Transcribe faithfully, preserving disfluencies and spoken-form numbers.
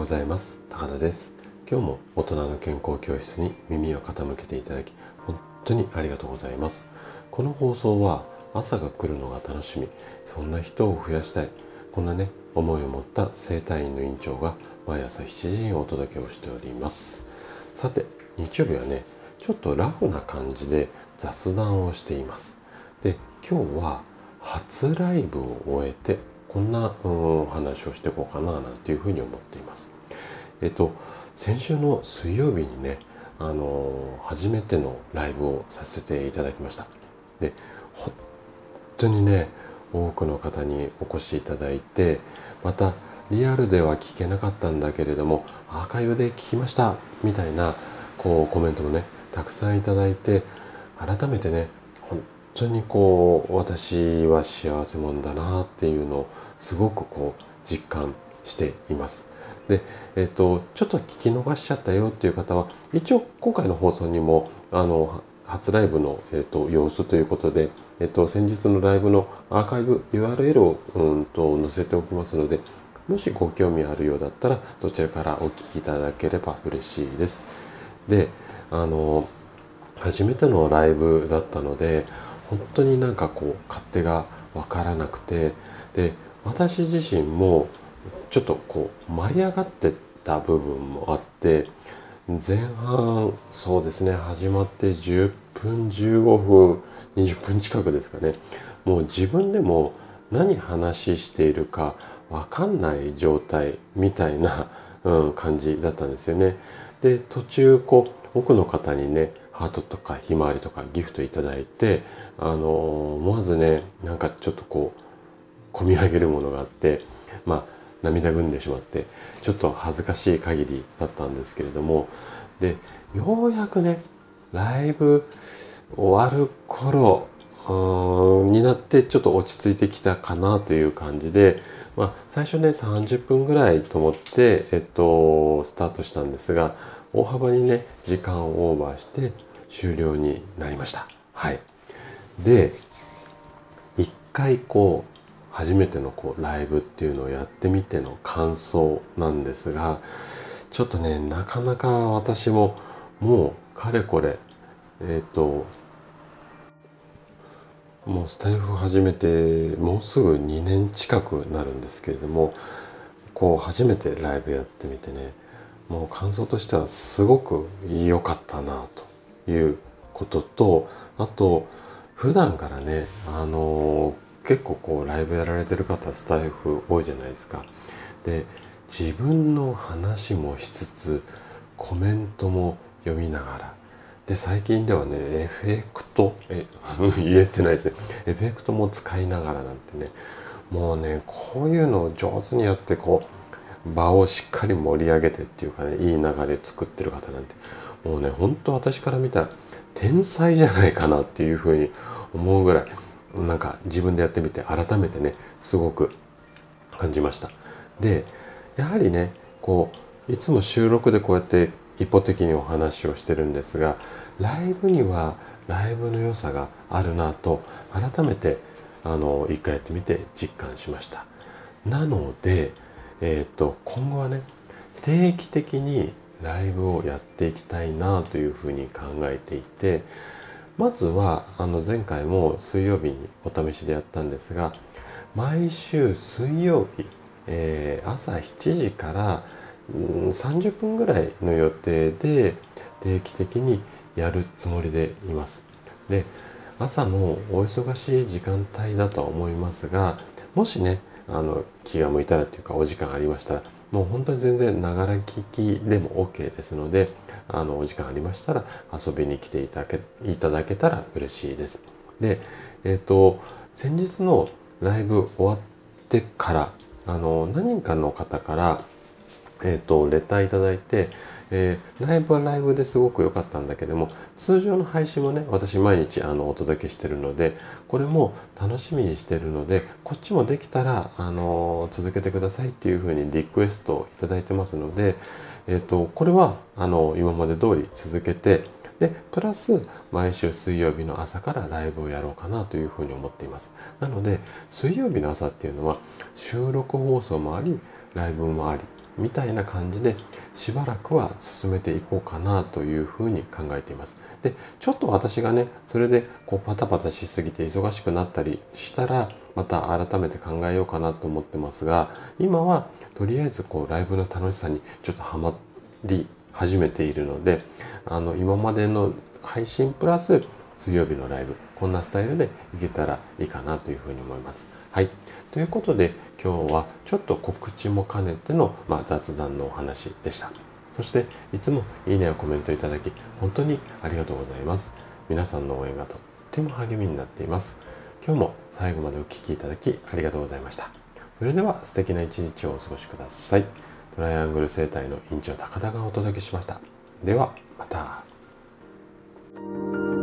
ございます。高田です。今日も大人の健康教室に耳を傾けていただき本当にありがとうございます。この放送は朝が来るのが楽しみ、そんな人を増やしたい、こんなね思いを持った整体院の院長が毎朝しちじにお届けをしております。さて、日曜日はねちょっとラフな感じで雑談をしています。で、今日は初ライブを終えてこんなお話をしていこうかななんていうふうに思っています。えっと先週の水曜日にね、あのー、初めてのライブをさせていただきました。で、本当にね多くの方にお越しいただいて、またリアルでは聞けなかったんだけれどもアーカイブで聞きましたみたいなこうコメントもねたくさんいただいて、改めてね本当にこう私は幸せ者だなっていうのをすごくこう実感しています。で、えっとちょっと聞き逃しちゃったよっていう方は一応今回の放送にもあの初ライブの、えっと、様子ということで、えっと、先日のライブのアーカイブ ユーアールエル を、うん、と載せておきますので、もしご興味あるようだったらそちらからお聞きいただければ嬉しいです。で、あの初めてのライブだったので本当になんかこう勝手が分からなくて、で私自身もちょっとこう舞い上がってた部分もあって、前半そうですね始まってじゅっぷんじゅうごふんにじゅっぷん近くですかね、もう自分でも何話しているか分かんない状態みたいな、うん、感じだったんですよね。で、途中こう多くの方にねハートとかひまわりとかギフトいただいて、あのー、思わずねなんかちょっとこう込み上げるものがあって、まあ涙ぐんでしまってちょっと恥ずかしい限りだったんですけれども、でようやくねライブ終わる頃になってちょっと落ち着いてきたかなという感じで、まあ、最初ねさんじゅっぷんぐらいと思って、えっと、スタートしたんですが、大幅にね時間をオーバーして終了になりました。はい。で、一回こう初めてのこうライブっていうのをやってみての感想なんですが、ちょっとねなかなか私ももうかれこれえっともうスタイフ始めてもうすぐにねん近くなるんですけれども、こう初めてライブやってみてね、もう感想としてはすごく良かったなということと、あと普段からねあのー結構こうライブやられてる方スタイフ多いじゃないですか。で、自分の話もしつつコメントも読みながら、で最近ではねエフェクトえ言えてないですねエフェクトも使いながらなんてね、もうねこういうのを上手にやってこう場をしっかり盛り上げてっていうかね、いい流れ作ってる方なんてもうね本当私から見たら天才じゃないかなっていうふうに思うぐらい、なんか自分でやってみて改めてねすごく感じました。で、やはりねこういつも収録でこうやって一方的にお話をしてるんですが、ライブにはライブの良さがあるなと改めてあの一回やってみて実感しました。なので、えー、と今後はね定期的にライブをやっていきたいなというふうに考えていて、まずはあの前回も水曜日にお試しでやったんですが、毎週水曜日、えー、朝しちじからさんじゅっぷんぐらいの予定で定期的にやるつもりでいます。で、朝のお忙しい時間帯だとは思いますが、もしねあの気が向いたらというかお時間ありましたら、もう本当に全然ながら聞きでも OK ですので、あのお時間ありましたら遊びに来ていただけ、いただけたら嬉しいです。で、えっと先日のライブ終わってからあの何人かの方からえっとレターいただいて、えー、ライブはライブですごく良かったんだけども、通常の配信もね私毎日あのお届けしてるので、これも楽しみにしてるのでこっちもできたらあのー、続けてくださいっていうふうにリクエストをいただいてますので、えっとこれはあの今まで通り続けて、でプラス毎週水曜日の朝からライブをやろうかなというふうに思っています。なので水曜日の朝っていうのは収録放送もありライブもありみたいな感じでしばらくは進めていこうかなというふうに考えています。で、ちょっと私がね、それでこうパタパタしすぎて忙しくなったりしたら、また改めて考えようかなと思ってますが、今はとりあえずこうライブの楽しさにちょっとハマり始めているので、あの今までの配信プラス水曜日のライブ、こんなスタイルでいけたらいいかなというふうに思います。はい。ということで今日はちょっと告知も兼ねての、まあ、雑談のお話でした。そしていつもいいねやコメントいただき本当にありがとうございます。皆さんの応援がとっても励みになっています。今日も最後までお聞きいただきありがとうございました。それでは素敵な一日をお過ごしください。トライアングル生態の院長高田がお届けしました。ではまた。